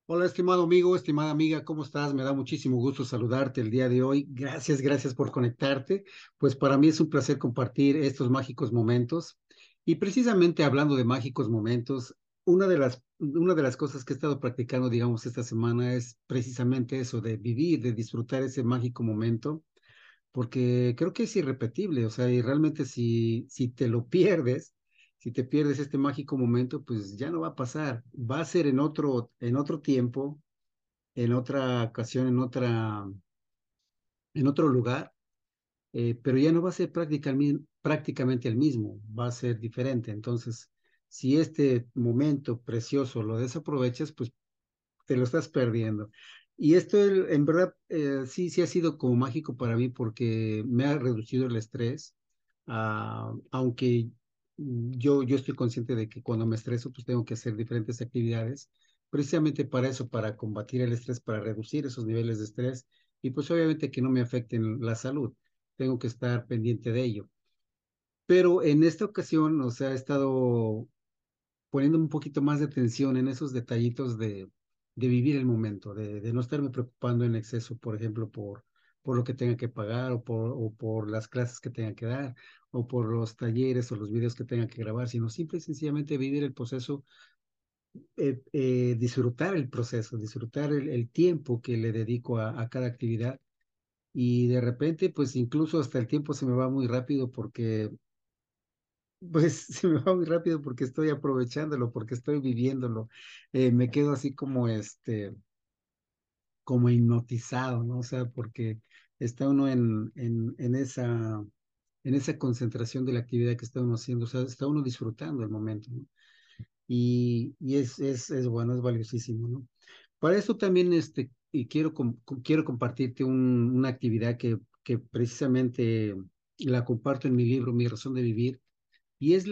Hola, estimado amigo, estimada amiga, ¿cómo estás? Me da muchísimo gusto saludarte el día de hoy. Gracias, gracias por conectarte. Pues para mí es un placer compartir estos mágicos momentos. Y precisamente hablando de mágicos momentos, una de las cosas que he estado practicando, digamos, esta semana es precisamente eso, de vivir, de disfrutar ese mágico momento, porque creo que es irrepetible, o sea, y realmente si te lo pierdes, si te pierdes este mágico momento, pues ya no va a pasar, va a ser en otro tiempo, en otra ocasión, en otro lugar, pero ya no va a ser prácticamente el mismo, va a ser diferente. Entonces, si este momento precioso lo desaprovechas, pues te lo estás perdiendo. Y esto en verdad sí, sí ha sido como mágico para mí porque me ha reducido el estrés, aunque yo estoy consciente de que cuando me estreso pues tengo que hacer diferentes actividades, precisamente para eso, para combatir el estrés, para reducir esos niveles de estrés y pues obviamente que no me afecten la salud. Tengo que estar pendiente de ello. Pero en esta ocasión, o sea, he estado poniendo un poquito más de atención en esos detallitos de vivir el momento, de no estarme preocupando en exceso, por ejemplo, por lo que tenga que pagar o por las clases que tenga que dar o por los talleres o los videos que tenga que grabar, sino simple y sencillamente vivir el proceso, disfrutar el proceso, disfrutar el tiempo que le dedico a cada actividad. Y de repente, pues incluso hasta el tiempo se me va muy rápido porque pues se me va muy rápido porque estoy aprovechándolo, porque estoy viviéndolo. Me quedo así como hipnotizado, ¿no? O sea, porque está uno en esa concentración de la actividad que está uno haciendo, o sea, está uno disfrutando el momento, ¿no? Y es bueno, es valiosísimo, ¿no? Para eso también, y quiero compartirte una actividad que precisamente la comparto en mi libro, Mi razón de vivir, y es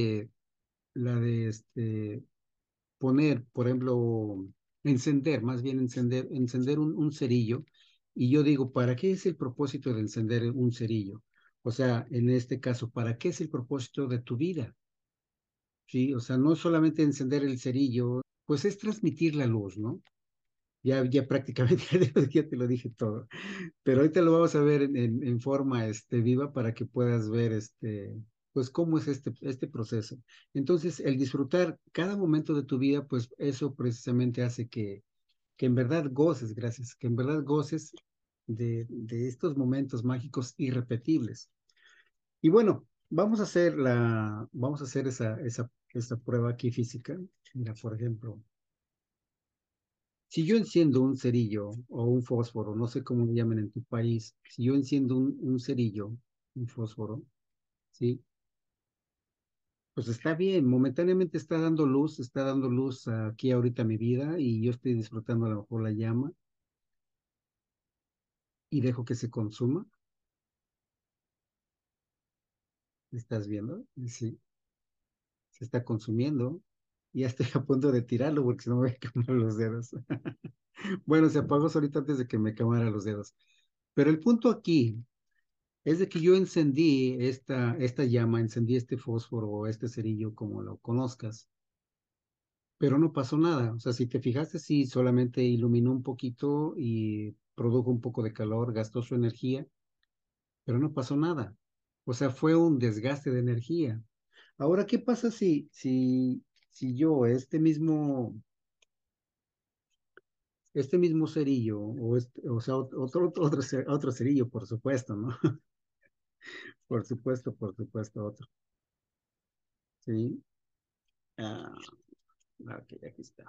la de poner, por ejemplo, encender, más bien encender un cerillo. Y yo digo, ¿para qué es el propósito de encender un cerillo? O sea, en este caso, ¿para qué es el propósito de tu vida? Sí, o sea, no solamente encender el cerillo, pues es transmitir la luz, ¿no? Ya prácticamente ya te lo dije todo. Pero ahorita lo vamos a ver en forma viva para que puedas ver pues cómo es este proceso. Entonces, el disfrutar cada momento de tu vida, pues eso precisamente hace que en verdad goces, gracias, que en verdad goces de estos momentos mágicos irrepetibles. Y bueno, vamos a hacer esa prueba aquí física. Mira, por ejemplo, si yo enciendo un cerillo o un fósforo, no sé cómo le llaman en tu país, si yo enciendo un cerillo, un fósforo, ¿sí? Pues está bien, momentáneamente está dando luz aquí ahorita a mi vida y yo estoy disfrutando a lo mejor la llama y dejo que se consuma. ¿Estás viendo? Sí, se está consumiendo. Y ya estoy a punto de tirarlo porque si no me voy a quemar los dedos. Bueno, se apagó solito antes de que me quemara los dedos. Pero el punto aquí es de que yo encendí esta llama, encendí este fósforo o este cerillo, como lo conozcas, pero no pasó nada. O sea, si te fijaste, sí, solamente iluminó un poquito y produjo un poco de calor, gastó su energía, pero no pasó nada. O sea, fue un desgaste de energía. Ahora, ¿qué pasa si yo, este mismo cerillo, o sea, otro cerillo, por supuesto, ¿no? Por supuesto, otro, ¿sí? Ah, ok, aquí está.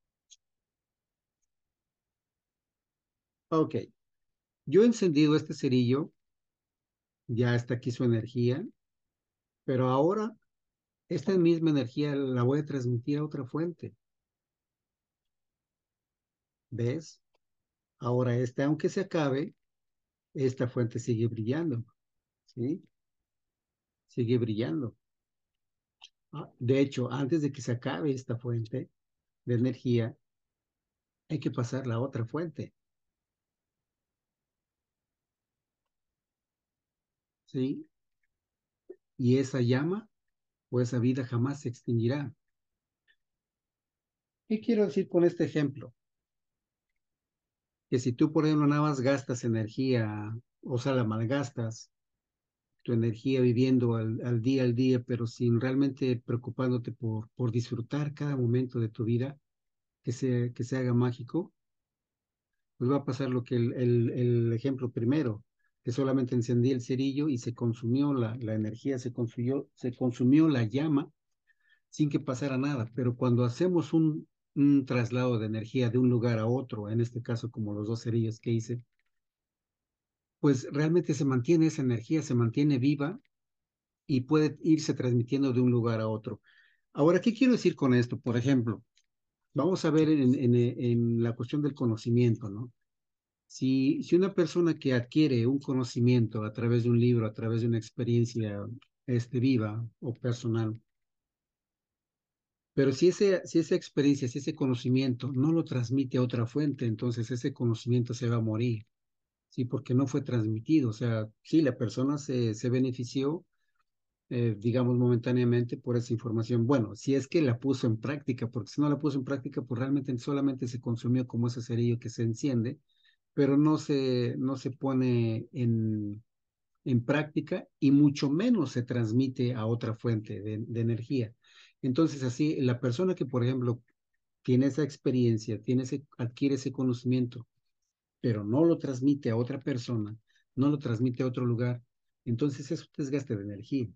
Ok, yo he encendido este cerillo, ya está aquí su energía, pero ahora esta misma energía la voy a transmitir a otra fuente, ¿ves? Ahora aunque se acabe, esta fuente sigue brillando, ¿sí? Sigue brillando. De hecho, antes de que se acabe esta fuente de energía, hay que pasar la otra fuente, ¿sí? Y esa llama o esa vida jamás se extinguirá. ¿Qué quiero decir con este ejemplo? que si tú, por ejemplo, nada más gastas energía, o sea, la malgastas, tu energía viviendo al día, pero sin realmente preocupándote por disfrutar cada momento de tu vida, que se haga mágico, pues va a pasar lo que el ejemplo primero, que solamente encendí el cerillo y se consumió la energía, se consumió la llama sin que pasara nada. Pero cuando hacemos un traslado de energía de un lugar a otro, en este caso como los dos cerillos que hice, pues realmente se mantiene esa energía, se mantiene viva y puede irse transmitiendo de un lugar a otro. Ahora, ¿qué quiero decir con esto? Por ejemplo, vamos a ver en la cuestión del conocimiento, ¿no? Si una persona que adquiere un conocimiento a través de un libro, a través de una experiencia viva o personal, pero si esa experiencia, si ese conocimiento no lo transmite a otra fuente, entonces ese conocimiento se va a morir, ¿sí? Porque no fue transmitido. O sea, sí, la persona se benefició, digamos, momentáneamente por esa información. Bueno, si es que la puso en práctica, porque si no la puso en práctica, pues realmente solamente se consumió como ese cerillo que se enciende, pero no se pone en práctica y mucho menos se transmite a otra fuente de energía. Entonces, así, la persona que, por ejemplo, tiene esa experiencia, adquiere ese conocimiento, pero no lo transmite a otra persona, no lo transmite a otro lugar, entonces es un desgaste de energía,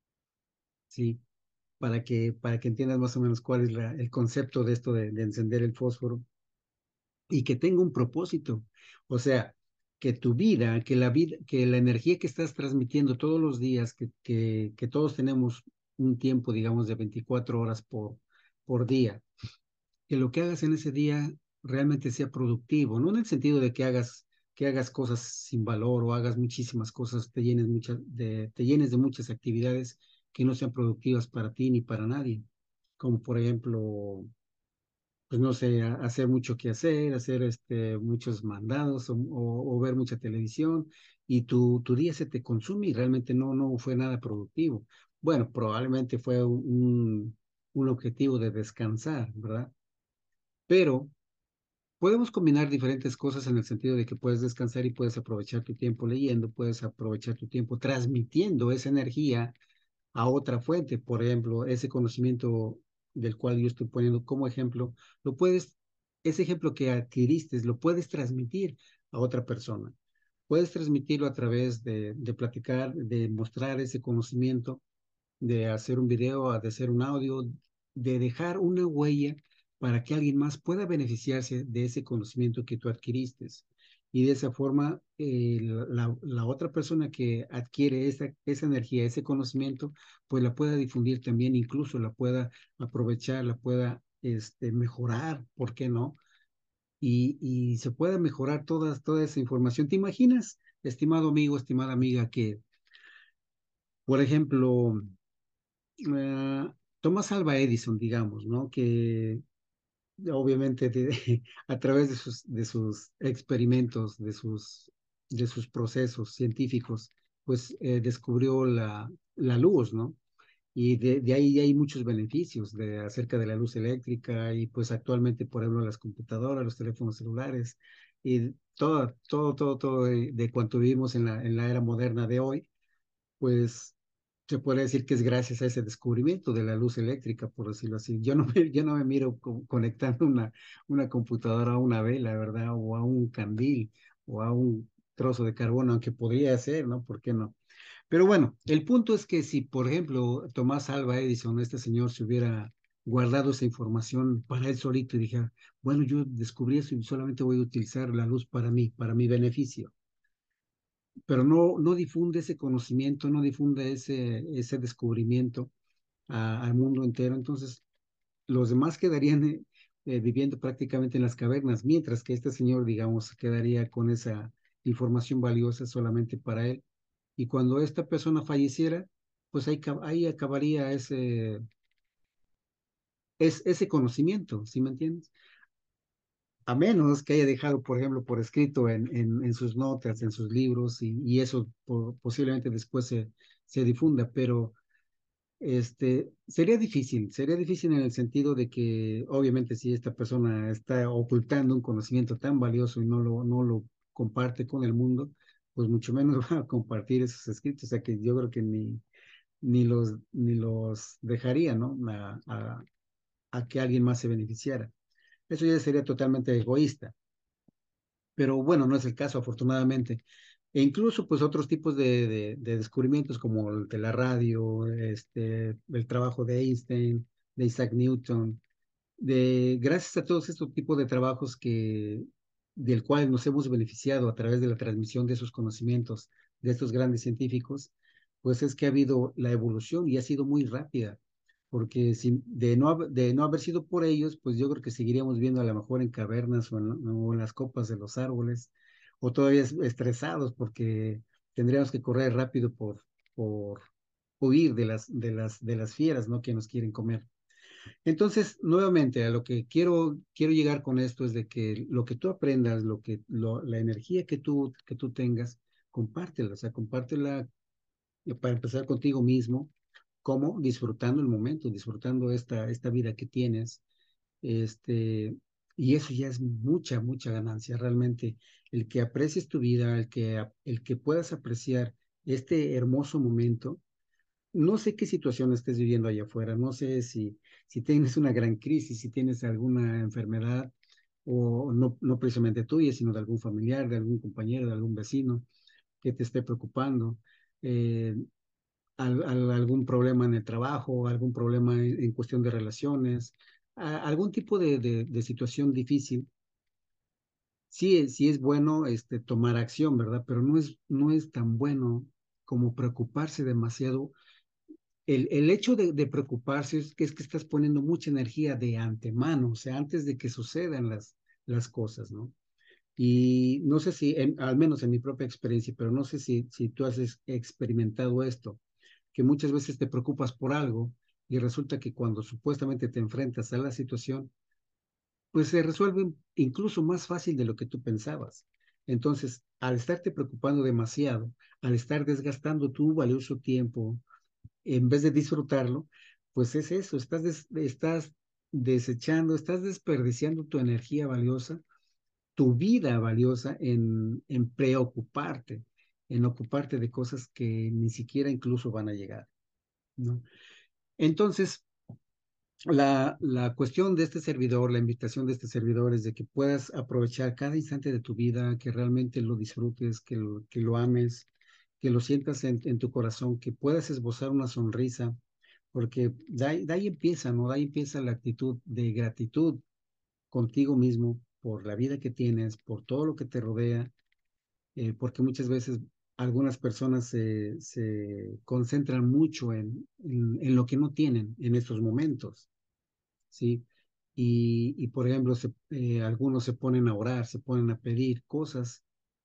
¿sí? Para que entiendas más o menos cuál es el concepto de esto de encender el fósforo y que tenga un propósito. O sea, que tu vida, que la energía que estás transmitiendo todos los días, que todos tenemos un tiempo, digamos, de 24 horas por día, que lo que hagas en ese día realmente sea productivo, no en el sentido de que hagas cosas sin valor o hagas muchísimas cosas, te llenes de muchas actividades que no sean productivas para ti ni para nadie, como por ejemplo, pues no sé, hacer mucho que hacer, hacer muchos mandados o ver mucha televisión y tu día se te consume y realmente no fue nada productivo. Bueno, probablemente fue un objetivo de descansar, ¿verdad? Pero podemos combinar diferentes cosas en el sentido de que puedes descansar y puedes aprovechar tu tiempo leyendo, puedes aprovechar tu tiempo transmitiendo esa energía a otra fuente. Por ejemplo, ese conocimiento del cual yo estoy poniendo como ejemplo, lo puedes, ese ejemplo que adquiriste, lo puedes transmitir a otra persona. Puedes transmitirlo a través de platicar, de mostrar ese conocimiento, de hacer un video, de hacer un audio, de dejar una huella para que alguien más pueda beneficiarse de ese conocimiento que tú adquiriste. Y de esa forma, la otra persona que adquiere esa energía, ese conocimiento, pues la pueda difundir también, incluso la pueda aprovechar, la pueda mejorar, ¿por qué no? Y se pueda mejorar toda esa información. ¿Te imaginas, estimado amigo, estimada amiga, que, por ejemplo, eh, Thomas Alva Edison, digamos, ¿no? Que obviamente a través de sus experimentos, de sus procesos científicos, pues descubrió la luz, ¿no? Y de ahí hay muchos beneficios acerca de la luz eléctrica y pues actualmente, por ejemplo, las computadoras, los teléfonos celulares y todo de cuanto vivimos en la era moderna de hoy, pues se puede decir que es gracias a ese descubrimiento de la luz eléctrica, por decirlo así. Yo no me miro conectando una computadora a una vela, ¿verdad? O a un candil o a un trozo de carbono, aunque podría ser, ¿no? ¿Por qué no? Pero bueno, el punto es que si, por ejemplo, Tomás Alva Edison, este señor, se hubiera guardado esa información para él solito y dijera, bueno, yo descubrí eso y solamente voy a utilizar la luz para mi beneficio, pero no difunde ese conocimiento, no difunde ese descubrimiento al mundo entero. Entonces, los demás quedarían viviendo prácticamente en las cavernas, mientras que este señor, digamos, quedaría con esa información valiosa solamente para él. Y cuando esta persona falleciera, pues ahí acabaría ese conocimiento, ¿sí me entiendes? A menos que haya dejado, por ejemplo, por escrito en sus notas, en sus libros, y eso posiblemente después se difunda, pero sería difícil en el sentido de que, obviamente, si esta persona está ocultando un conocimiento tan valioso y no lo comparte con el mundo, pues mucho menos va a compartir esos escritos. O sea que yo creo que ni los dejaría, ¿no? A que alguien más se beneficiara. Eso ya sería totalmente egoísta. Pero bueno, no es el caso, afortunadamente. E incluso, pues, otros tipos de descubrimientos como el de la radio, el trabajo de Einstein, de Isaac Newton, gracias a todos estos tipos de trabajos del cual nos hemos beneficiado a través de la transmisión de esos conocimientos de estos grandes científicos, pues es que ha habido la evolución y ha sido muy rápida, porque de no haber sido por ellos, pues yo creo que seguiríamos viendo a lo mejor en cavernas o en las copas de los árboles, o todavía estresados porque tendríamos que correr rápido por huir de las fieras, ¿no? Que nos quieren comer. Entonces, nuevamente, a lo que quiero llegar con esto es de que lo que tú aprendas, la energía que tú tengas, compártela, o sea, compártela para empezar contigo mismo, como disfrutando el momento, disfrutando esta vida que tienes, este, y eso ya es mucha, mucha ganancia, realmente, el que aprecies tu vida, el que puedas apreciar este hermoso momento. No sé qué situación estés viviendo allá afuera, no sé si tienes una gran crisis, si tienes alguna enfermedad, o no precisamente tuya, sino de algún familiar, de algún compañero, de algún vecino que te esté preocupando, eh, algún problema en el trabajo, algún problema en cuestión de relaciones, algún tipo de situación difícil. Sí es bueno tomar acción, ¿verdad? Pero no es tan bueno como preocuparse demasiado. El hecho de preocuparse es que estás poniendo mucha energía de antemano, o sea, antes de que sucedan las cosas, ¿no? Y no sé si, al menos en mi propia experiencia, pero no sé si tú has experimentado esto, que muchas veces te preocupas por algo y resulta que cuando supuestamente te enfrentas a la situación, pues se resuelve incluso más fácil de lo que tú pensabas. Entonces, al estarte preocupando demasiado, al estar desgastando tu valioso tiempo, en vez de disfrutarlo, pues es eso, estás desechando, estás desperdiciando tu energía valiosa, tu vida valiosa en preocuparte, en ocuparte de cosas que ni siquiera incluso van a llegar, ¿no? Entonces, la cuestión de este servidor, la invitación de este servidor es de que puedas aprovechar cada instante de tu vida, que realmente lo disfrutes, que lo ames, que lo sientas en tu corazón, que puedas esbozar una sonrisa, porque de ahí empieza, ¿no? De ahí empieza la actitud de gratitud contigo mismo por la vida que tienes, por todo lo que te rodea, porque muchas veces algunas personas se concentran mucho en lo que no tienen en estos momentos, ¿sí? Por ejemplo, algunos se ponen a orar, se ponen a pedir cosas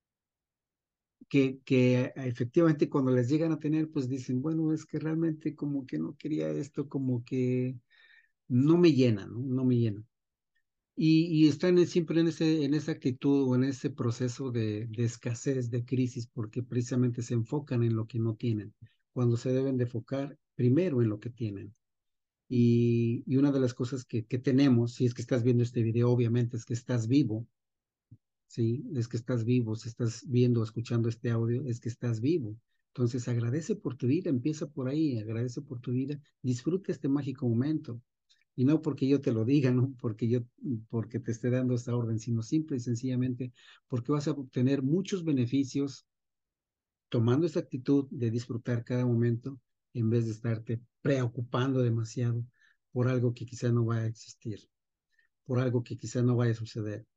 que efectivamente cuando les llegan a tener, pues dicen, bueno, es que realmente como que no quería esto, como que no me llena, ¿no? No me llena. Y están siempre en esa actitud o en ese proceso de escasez, de crisis, porque precisamente se enfocan en lo que no tienen, cuando se deben de enfocar primero en lo que tienen. Y una de las cosas que tenemos, si es que estás viendo este video, obviamente es que estás vivo, ¿sí? Es que estás vivo, si estás viendo o escuchando este audio, es que estás vivo. Entonces agradece por tu vida, empieza por ahí, agradece por tu vida, disfruta este mágico momento. Y no porque yo te lo diga, no porque te esté dando esta orden, sino simple y sencillamente porque vas a obtener muchos beneficios tomando esta actitud de disfrutar cada momento en vez de estarte preocupando demasiado por algo que quizá no va a existir, por algo que quizá no vaya a suceder.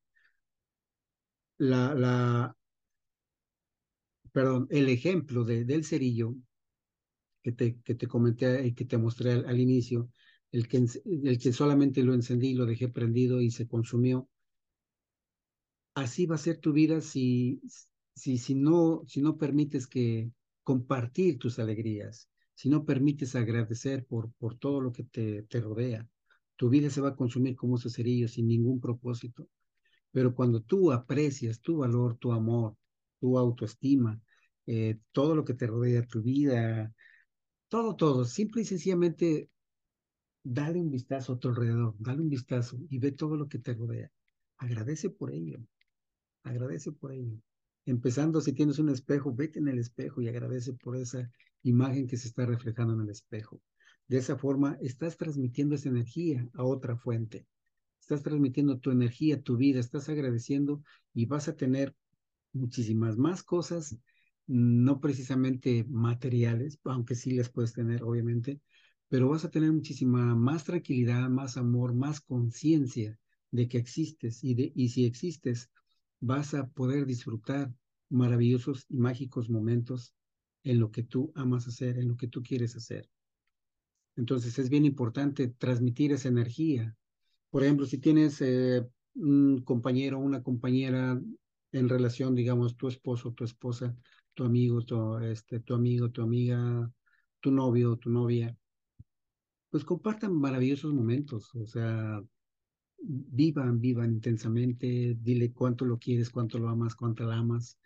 Perdón, el ejemplo del cerillo que te comenté y que te mostré al inicio, el que solamente lo encendí, lo dejé prendido y se consumió. Así va a ser tu vida si no permites que compartir tus alegrías, si no permites agradecer por todo lo que te rodea. Tu vida se va a consumir como ese cerillo sin ningún propósito. Pero cuando tú aprecias tu valor, tu amor, tu autoestima, todo lo que te rodea, tu vida, todo, todo. Simple y sencillamente, dale un vistazo a tu alrededor, dale un vistazo y ve todo lo que te rodea. Agradece por ello, agradece por ello. Empezando, si tienes un espejo, vete en el espejo y agradece por esa imagen que se está reflejando en el espejo. De esa forma, estás transmitiendo esa energía a otra fuente. Estás transmitiendo tu energía, tu vida, estás agradeciendo y vas a tener muchísimas más cosas, no precisamente materiales, aunque sí las puedes tener, obviamente, pero vas a tener muchísima más tranquilidad, más amor, más conciencia de que existes y si existes, vas a poder disfrutar maravillosos y mágicos momentos en lo que tú amas hacer, en lo que tú quieres hacer. Entonces es bien importante transmitir esa energía. Por ejemplo, si tienes un compañero, una compañera en relación, digamos, tu esposo, tu esposa, tu amigo, tu amigo, tu amiga, tu novio, tu novia, pues compartan maravillosos momentos, o sea, vivan, vivan intensamente, dile cuánto lo quieres, cuánto lo amas, cuánto la amas,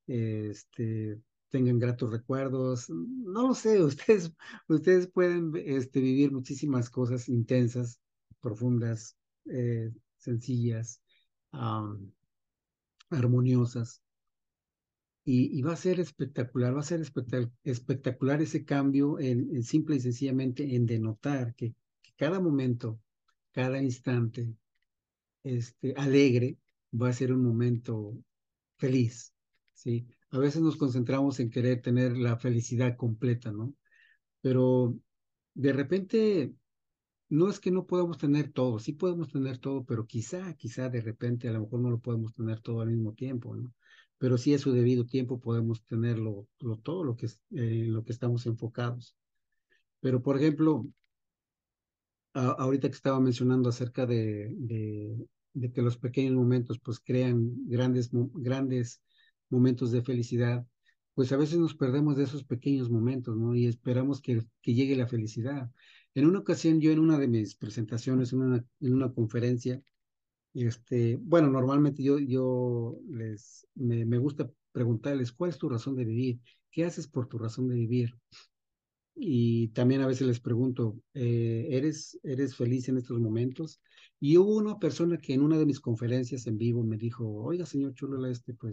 tengan gratos recuerdos, no lo sé, ustedes pueden vivir muchísimas cosas intensas, profundas, sencillas, am, armoniosas, y va a ser espectacular, va a ser espectacular ese cambio en simple y sencillamente en denotar que cada momento, cada instante, alegre, va a ser un momento feliz, ¿sí? A veces nos concentramos en querer tener la felicidad completa, ¿no? Pero de repente no es que no podamos tener todo, sí podemos tener todo, pero quizá de repente a lo mejor no lo podemos tener todo al mismo tiempo, ¿no? Pero sí a su debido tiempo podemos tenerlo todo lo que es, lo que estamos enfocados. Pero por ejemplo, ahorita que estaba mencionando acerca de que los pequeños momentos pues crean grandes momentos de felicidad, pues a veces nos perdemos de esos pequeños momentos, ¿no? Y esperamos que llegue la felicidad. En una ocasión, yo en una de mis presentaciones, en una conferencia, bueno, normalmente me gusta preguntarles, ¿cuál es tu razón de vivir? ¿Qué haces por tu razón de vivir? Y también a veces les pregunto, ¿eres feliz en estos momentos? Y hubo una persona que en una de mis conferencias en vivo me dijo, oiga, señor Chulo,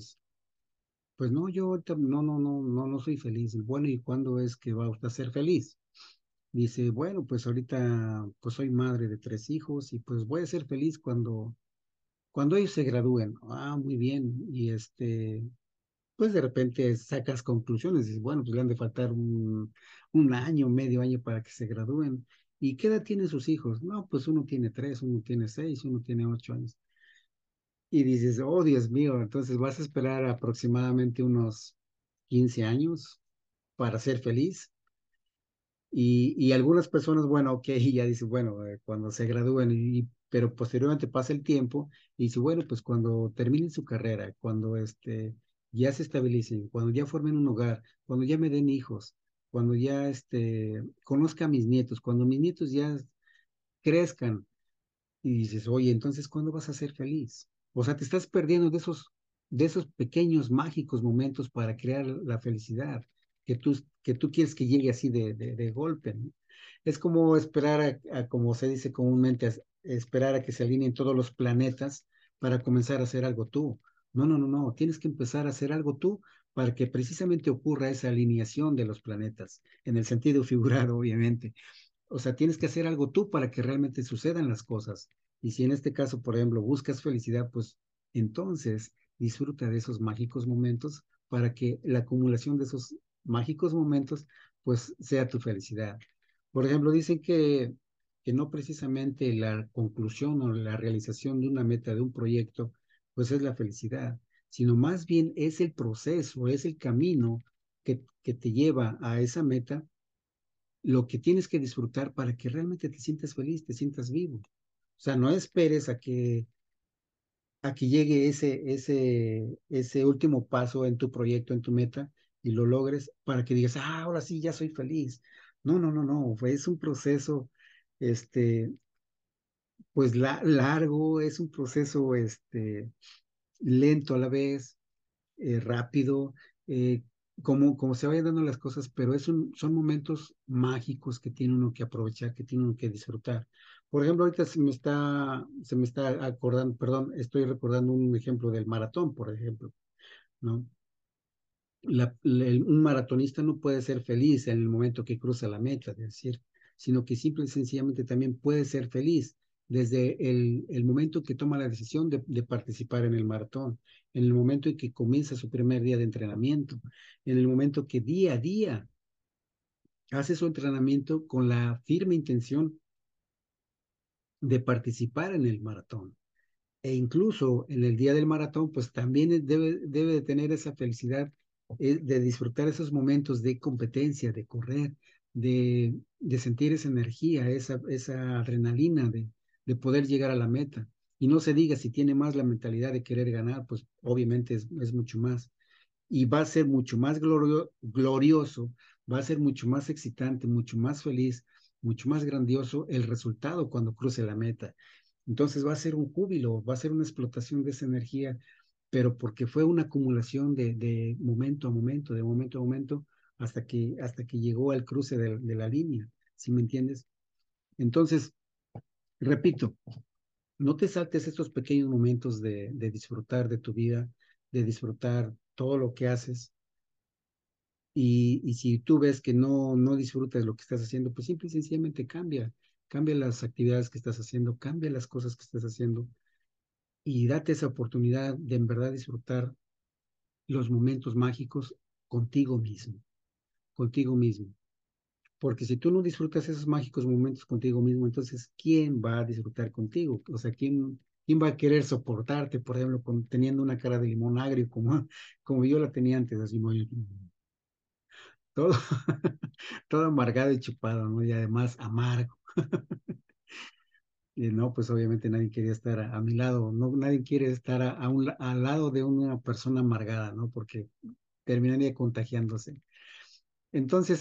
pues no, yo ahorita no soy feliz. Bueno, ¿y cuándo es que va usted a ser feliz? Dice, bueno, pues ahorita pues soy madre de 3 hijos y pues voy a ser feliz cuando ellos se gradúen. Ah, muy bien. Y pues de repente sacas conclusiones, dices, bueno, pues le han de faltar un año, medio año para que se gradúen. ¿Y qué edad tienen sus hijos? No, pues uno tiene 3, uno tiene 6, uno tiene 8 años. Y dices, oh Dios mío, entonces vas a esperar aproximadamente unos 15 años para ser feliz. Y algunas personas, bueno, ok, ya dicen, bueno, cuando se gradúen, pero posteriormente pasa el tiempo y dice, bueno, pues cuando terminen su carrera, cuando ya se estabilicen, cuando ya formen un hogar, cuando ya me den hijos, cuando ya conozca a mis nietos, cuando mis nietos ya crezcan, y dices, oye, entonces, ¿cuándo vas a ser feliz? O sea, te estás perdiendo de esos pequeños mágicos momentos para crear la felicidad que tú quieres que llegue así de golpe, ¿no? Es como esperar como se dice comúnmente, esperar a que se alineen todos los planetas para comenzar a hacer algo tú. No, no, no, no. Tienes que empezar a hacer algo tú para que precisamente ocurra esa alineación de los planetas, en el sentido figurado, obviamente. O sea, tienes que hacer algo tú para que realmente sucedan las cosas. Y si en este caso, por ejemplo, buscas felicidad, pues entonces disfruta de esos mágicos momentos para que la acumulación de esos mágicos momentos, pues sea tu felicidad. Por ejemplo, dicen que no precisamente la conclusión o la realización de una meta, de un proyecto, pues es la felicidad, sino más bien es el proceso, es el camino que te lleva a esa meta lo que tienes que disfrutar para que realmente te sientas feliz, te sientas vivo. O sea, no esperes a que llegue ese último paso en tu proyecto, en tu meta, y lo logres para que digas, ahora sí, ya soy feliz. No, no, no, no, es un proceso, este, pues largo, es un proceso, lento a la vez, rápido. como se vayan dando las cosas, pero son momentos mágicos que tiene uno que aprovechar, que tiene uno que disfrutar. Por ejemplo, ahorita se me está acordando, perdón, estoy recordando un ejemplo del maratón, por ejemplo, ¿no? Un maratonista no puede ser feliz en el momento que cruza la meta, es decir, sino que simple y sencillamente también puede ser feliz desde el momento que toma la decisión de participar en el maratón, en el momento en que comienza su primer día de entrenamiento, en el momento que día a día hace su entrenamiento con la firme intención de participar en el maratón. E incluso en el día del maratón, pues también debe de tener esa felicidad de disfrutar esos momentos de competencia, de correr, de sentir esa energía, esa adrenalina de poder llegar a la meta. Y no se diga si tiene más la mentalidad de querer ganar, pues obviamente es mucho más. Y va a ser mucho más glorioso, va a ser mucho más excitante, mucho más feliz, mucho más grandioso el resultado cuando cruce la meta. Entonces va a ser un júbilo, va a ser una explotación de esa energía, pero porque fue una acumulación de momento a momento, de momento a momento, hasta que llegó al cruce de la línea, ¿sí me entiendes? Entonces, repito, no te saltes estos pequeños momentos de disfrutar de tu vida, de disfrutar todo lo que haces. Y si tú ves que no disfrutas lo que estás haciendo, pues simple y sencillamente cambia las actividades que estás haciendo, cambia las cosas que estás haciendo y date esa oportunidad de en verdad disfrutar los momentos mágicos contigo mismo, contigo mismo. Porque si tú no disfrutas esos mágicos momentos contigo mismo, entonces, ¿quién va a disfrutar contigo? O sea, ¿quién va a querer soportarte, por ejemplo, teniendo una cara de limón agrio como yo la tenía antes, así muy, todo, todo amargado y chupado, ¿no? Y además amargo. Y no, pues obviamente nadie quería estar a mi lado, no, nadie quiere estar al lado de una persona amargada, ¿no? Porque terminaría contagiándose. Entonces,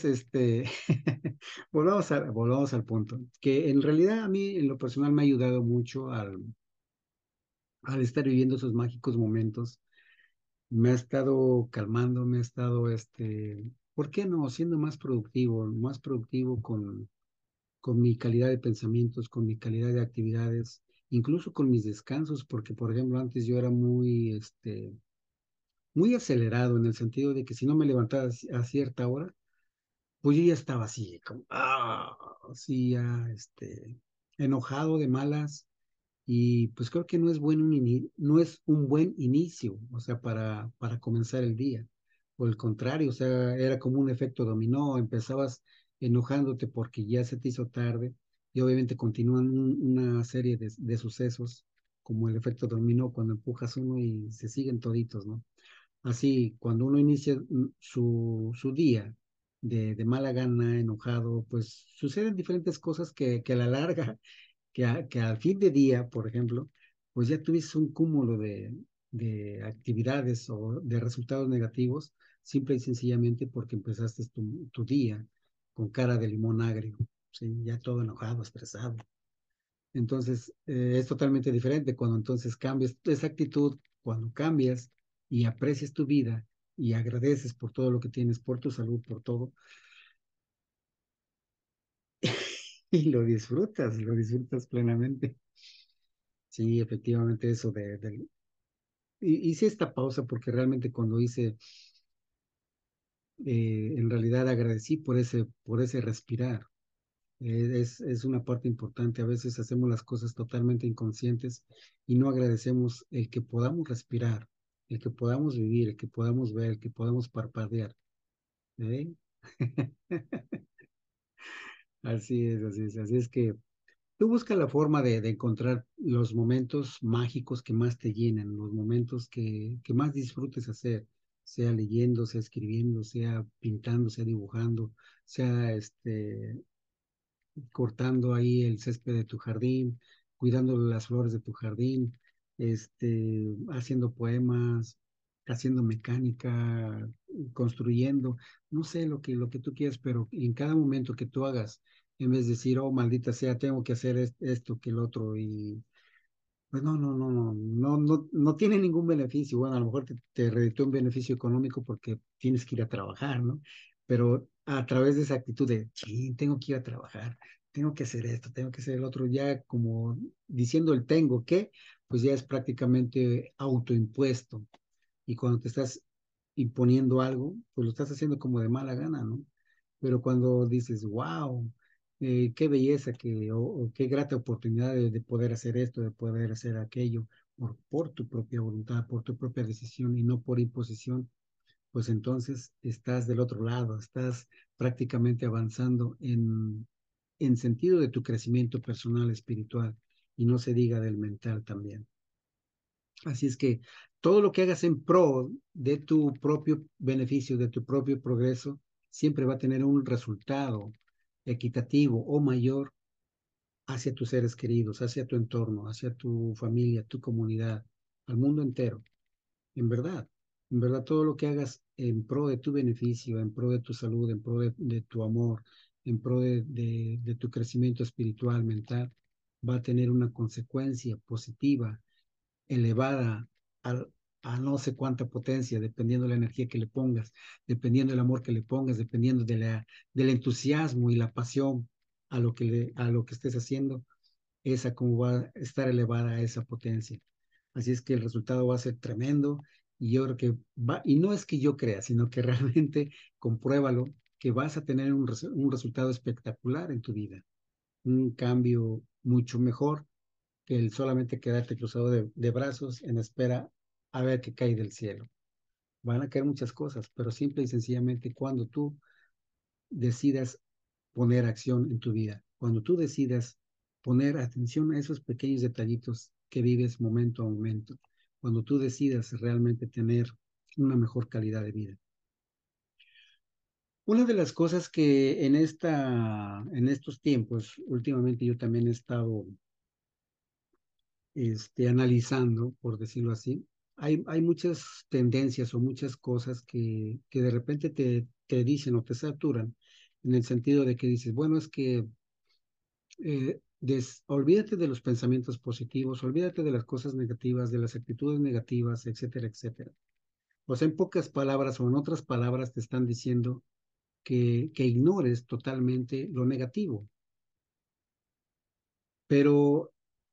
volvamos al punto, que en realidad a mí en lo personal me ha ayudado mucho al estar viviendo esos mágicos momentos. Me ha estado calmando, me ha estado, ¿por qué no? Siendo más productivo con mi calidad de pensamientos, con mi calidad de actividades, incluso con mis descansos, porque por ejemplo antes yo era muy acelerado en el sentido de que si no me levantaba a cierta hora, pues yo ya estaba así, como, así ya, enojado de malas, y pues creo que no es un buen inicio, o sea, para comenzar el día. O el contrario, o sea, era como un efecto dominó, empezabas enojándote porque ya se te hizo tarde y obviamente continúan una serie de sucesos como el efecto dominó cuando empujas uno y se siguen toditos, ¿no? Así, cuando uno inicia su día de mala gana, enojado, pues suceden diferentes cosas que a la larga que al fin de día, por ejemplo, pues ya tuviste un cúmulo de actividades o de resultados negativos, simple y sencillamente porque empezaste tu día con cara de limón agrio, ¿sí? Ya todo enojado, estresado. Entonces, es totalmente diferente cuando entonces cambias esa actitud, cuando cambias y aprecias tu vida y agradeces por todo lo que tienes, por tu salud, por todo, y lo disfrutas plenamente. Sí, efectivamente eso hice esta pausa porque realmente cuando en realidad agradecí por ese respirar. Es una parte importante. A veces hacemos las cosas totalmente inconscientes y no agradecemos el que podamos respirar, el que podamos vivir, el que podamos ver, el que podamos parpadear. ¿Eh? Así es, así es. Así es que tú busca la forma de encontrar los momentos mágicos que más te llenan, los momentos que más disfrutes hacer, sea leyendo, sea escribiendo, sea pintando, sea dibujando, sea cortando ahí el césped de tu jardín, cuidando las flores de tu jardín, haciendo poemas, haciendo mecánica, construyendo, no sé lo que tú quieras, pero en cada momento que tú hagas, en vez de decir, oh, maldita sea, tengo que hacer esto que el otro, y Pues no tiene ningún beneficio. Bueno, a lo mejor te reditúa un beneficio económico porque tienes que ir a trabajar, ¿no? Pero a través de esa actitud de, sí, tengo que ir a trabajar, tengo que hacer esto, tengo que hacer el otro, ya como diciendo el tengo que, pues ya es prácticamente autoimpuesto. Y cuando te estás imponiendo algo, pues lo estás haciendo como de mala gana, ¿no? Pero cuando dices, wow, qué belleza, o qué grata oportunidad de poder hacer esto, de poder hacer aquello, por tu propia voluntad, por tu propia decisión y no por imposición, pues entonces estás del otro lado, estás prácticamente avanzando en sentido de tu crecimiento personal, espiritual, y no se diga del mental también. Así es que todo lo que hagas en pro de tu propio beneficio, de tu propio progreso, siempre va a tener un resultado equitativo o mayor hacia tus seres queridos, hacia tu entorno, hacia tu familia, tu comunidad, al mundo entero. En verdad, todo lo que hagas en pro de tu beneficio, en pro de tu salud, en pro de tu amor, en pro de tu crecimiento espiritual, mental, va a tener una consecuencia positiva elevada al, a no sé cuánta potencia, dependiendo de la energía que le pongas, dependiendo del amor que le pongas, dependiendo del entusiasmo y la pasión a lo que estés haciendo, esa como va a estar elevada a esa potencia. Así es que el resultado va a ser tremendo y yo creo que va, y no es que yo crea, sino que realmente compruébalo, que vas a tener un resultado espectacular en tu vida, un cambio mucho mejor que el solamente quedarte cruzado de brazos en espera a ver qué cae del cielo. Van a caer muchas cosas, pero simple y sencillamente cuando tú decidas poner acción en tu vida, cuando tú decidas poner atención a esos pequeños detallitos que vives momento a momento, cuando tú decidas realmente tener una mejor calidad de vida. Una de las cosas que en estos tiempos, últimamente yo también he estado analizando, por decirlo así, hay muchas tendencias o muchas cosas que de repente te dicen o te saturan en el sentido de que dices, bueno, es que olvídate de los pensamientos positivos, olvídate de las cosas negativas, de las actitudes negativas, etcétera, etcétera. O sea, en pocas palabras o en otras palabras te están diciendo que ignores totalmente lo negativo. Pero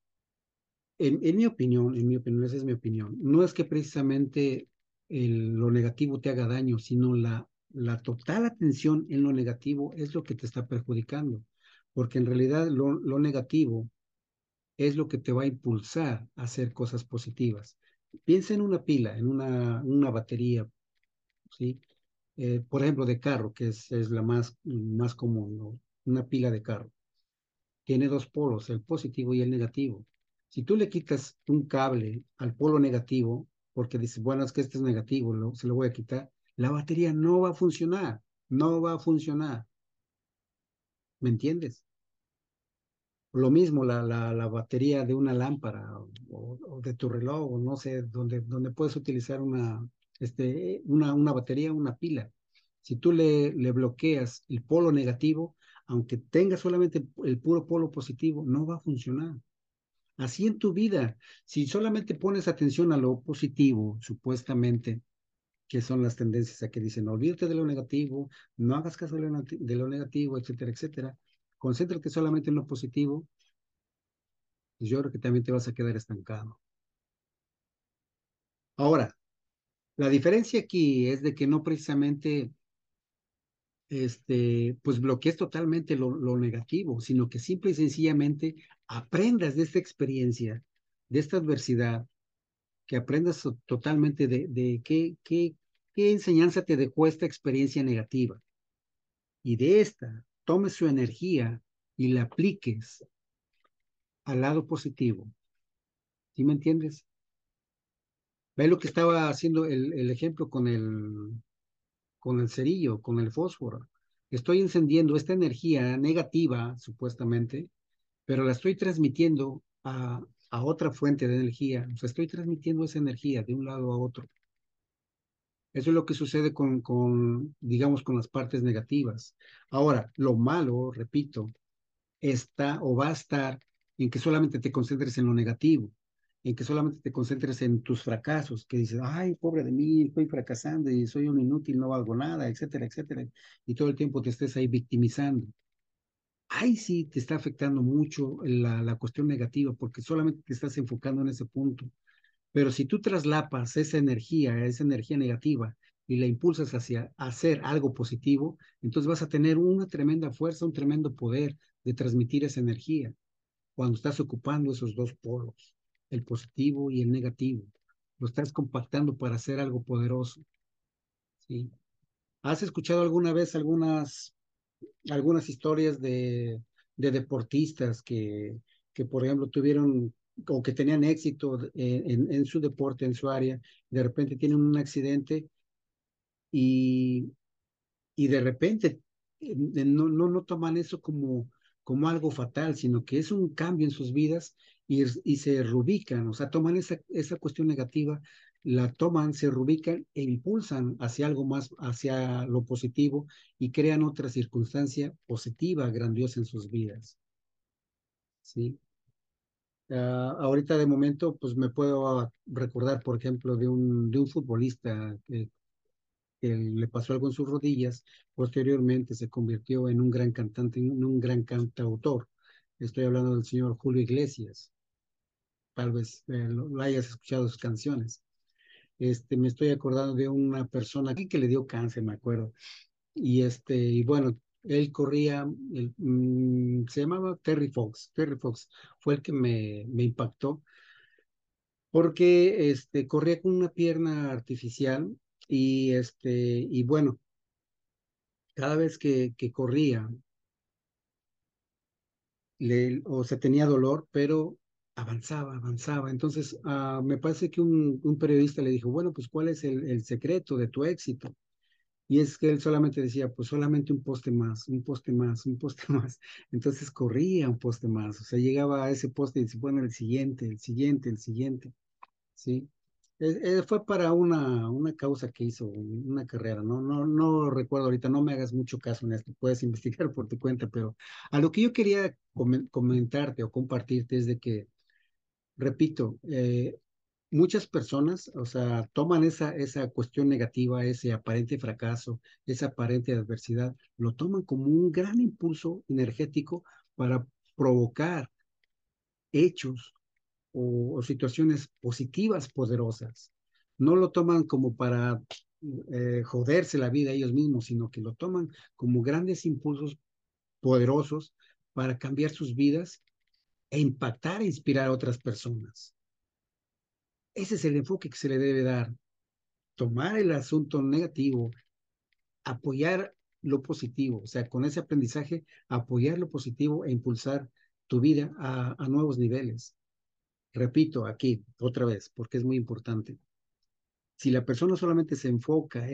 en mi opinión, esa es mi opinión, no es que precisamente lo negativo te haga daño, sino la total atención en lo negativo es lo que te está perjudicando, porque en realidad lo negativo es lo que te va a impulsar a hacer cosas positivas. Piensa en una pila, en una batería, ¿sí? Por ejemplo, de carro, que es la más común, ¿no? Una pila de carro tiene dos polos, el positivo y el negativo. Si tú le quitas un cable al polo negativo, porque dices, bueno, es que este es negativo, se lo voy a quitar, la batería no va a funcionar, no va a funcionar. ¿Me entiendes? Lo mismo la batería de una lámpara o de tu reloj, o no sé, donde puedes utilizar una batería, una pila. Si tú le bloqueas el polo negativo, aunque tenga solamente el puro polo positivo, no va a funcionar. Así en tu vida, si solamente pones atención a lo positivo, supuestamente, que son las tendencias a que dicen, olvídate de lo negativo, no hagas caso de lo negativo, etcétera, etcétera, concéntrate solamente en lo positivo, pues yo creo que también te vas a quedar estancado. Ahora, la diferencia aquí es de que no precisamente, pues bloquees totalmente lo negativo, sino que simple y sencillamente aprendas de esta experiencia, de esta adversidad, que aprendas totalmente de qué enseñanza te dejó esta experiencia negativa y de esta tomes su energía y la apliques al lado positivo. ¿Sí me entiendes? Ve lo que estaba haciendo el ejemplo con el cerillo, con el fósforo. Estoy encendiendo esta energía negativa, supuestamente, pero la estoy transmitiendo a otra fuente de energía. O sea, estoy transmitiendo esa energía de un lado a otro. Eso es lo que sucede digamos, con las partes negativas. Ahora, lo malo, repito, está o va a estar en que solamente te concentres en lo negativo. en que solamente te concentres en tus fracasos, que dices, ay, pobre de mí, estoy fracasando y soy un inútil, no valgo nada, etcétera, etcétera, y todo el tiempo te estés ahí victimizando. Ahí sí te está afectando mucho la cuestión negativa, porque solamente te estás enfocando en ese punto. Pero si tú traslapas esa energía negativa, y la impulsas hacia hacer algo positivo, entonces vas a tener una tremenda fuerza, un tremendo poder de transmitir esa energía cuando estás ocupando esos dos polos, el positivo y el negativo. Lo estás compactando para hacer algo poderoso, ¿sí? ¿Has escuchado alguna vez algunas historias de deportistas que, por ejemplo, tuvieron o que tenían éxito en su deporte, en su área, de repente tienen un accidente y, y de repente no toman eso como algo fatal, sino que es un cambio en sus vidas y se reubican, o sea, toman esa cuestión negativa, la toman, se reubican e impulsan hacia algo más, hacia lo positivo y crean otra circunstancia positiva, grandiosa en sus vidas, ¿sí? Ahorita de momento, pues me puedo recordar, por ejemplo, de un futbolista que le pasó algo en sus rodillas, posteriormente se convirtió en un gran cantante, en un gran cantautor. Estoy hablando del señor Julio Iglesias, tal vez lo hayas escuchado sus canciones. Me estoy acordando de una persona aquí que le dio cáncer, me acuerdo. Y bueno, él corría, se llamaba Terry Fox. Terry Fox fue el que me impactó porque corría con una pierna artificial y bueno, cada vez que corría, o sea, tenía dolor, pero avanzaba, avanzaba. Entonces, me parece que un periodista le dijo, bueno, pues, ¿cuál es el secreto de tu éxito? Y es que él solamente decía, pues solamente un poste más, un poste más, un poste más. Entonces corría un poste más, o sea, llegaba a ese poste y se pone el siguiente, el siguiente, el siguiente. ¿Sí? Fue para una causa que hizo, una carrera, no recuerdo ahorita, no me hagas mucho caso en esto, puedes investigar por tu cuenta, pero a lo que yo quería comentarte o compartirte es de que, repito, muchas personas, o sea, toman esa cuestión negativa, ese aparente fracaso, esa aparente adversidad, lo toman como un gran impulso energético para provocar hechos o situaciones positivas poderosas. No lo toman como para joderse la vida ellos mismos, sino que lo toman como grandes impulsos poderosos para cambiar sus vidas e impactar e inspirar a otras personas. Ese es el enfoque que se le debe dar. Tomar el asunto negativo, apoyar lo positivo, o sea, con ese aprendizaje, apoyar lo positivo e impulsar tu vida a nuevos niveles. Repito aquí otra vez, porque es muy importante. Si la persona solamente se enfoca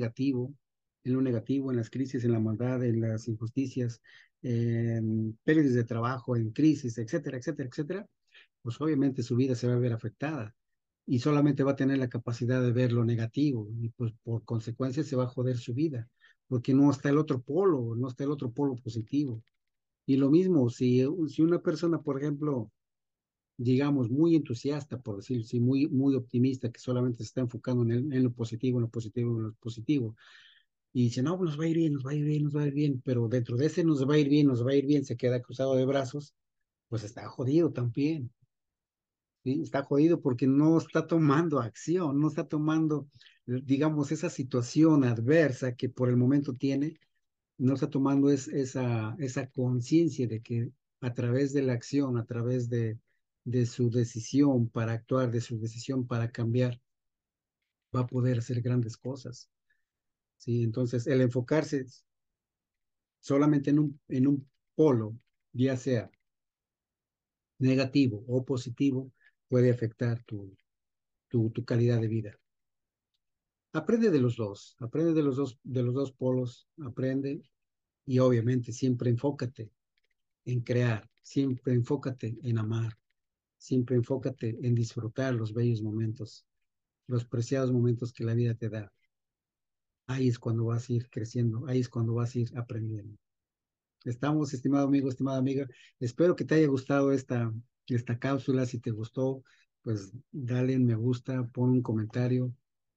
en las crisis, en la maldad, en las injusticias, en pérdidas de trabajo, en crisis, etcétera, etcétera, etcétera, pues obviamente su vida se va a ver afectada y solamente va a tener la capacidad de ver lo negativo y pues por consecuencia se va a joder su vida, porque no está el otro polo, no está el otro polo positivo. Y lo mismo, si una persona, por ejemplo, digamos, muy entusiasta, por decir, sí, muy, muy optimista, que solamente se está enfocando en lo positivo, en lo positivo, en lo positivo, y dice, no, pues nos va a ir bien, nos va a ir bien, nos va a ir bien, pero dentro de ese nos va a ir bien, nos va a ir bien, se queda cruzado de brazos, pues está jodido también, ¿sí? Está jodido porque no está tomando acción, no está tomando, digamos, esa situación adversa que por el momento tiene, no está tomando esa conciencia de que a través de la acción, a través de su decisión para actuar, de su decisión para cambiar, va a poder hacer grandes cosas, ¿sí? Entonces, el enfocarse solamente en un polo, ya sea negativo o positivo, puede afectar tu calidad de vida. Aprende de los dos, aprende de los dos polos, aprende y obviamente siempre enfócate en crear, siempre enfócate en amar, siempre enfócate en disfrutar los bellos momentos, los preciados momentos que la vida te da. Ahí es cuando vas a ir creciendo, ahí es cuando vas a ir aprendiendo. Estamos, estimado amigo, estimada amiga. Espero que te haya gustado esta cápsula. Si te gustó, pues dale un me gusta, pon un comentario,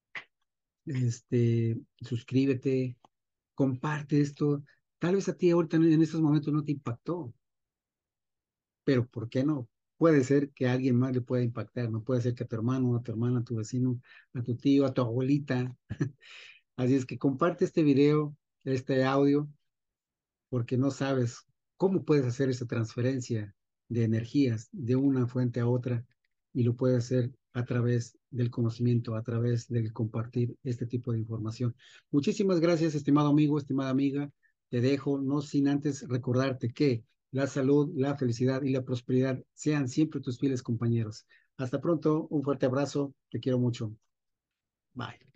suscríbete, comparte esto. Tal vez a ti ahorita en estos momentos no te impactó, pero ¿por qué no? Puede ser que a alguien más le pueda impactar, no puede ser que a tu hermano, a tu hermana, a tu vecino, a tu tío, a tu abuelita. Así es que comparte este video, este audio, porque no sabes cómo puedes hacer esa transferencia de energías de una fuente a otra y lo puedes hacer a través del conocimiento, a través del compartir este tipo de información. Muchísimas gracias, estimado amigo, estimada amiga. Te dejo, no sin antes recordarte que la salud, la felicidad y la prosperidad sean siempre tus fieles compañeros. Hasta pronto, un fuerte abrazo, te quiero mucho. Bye.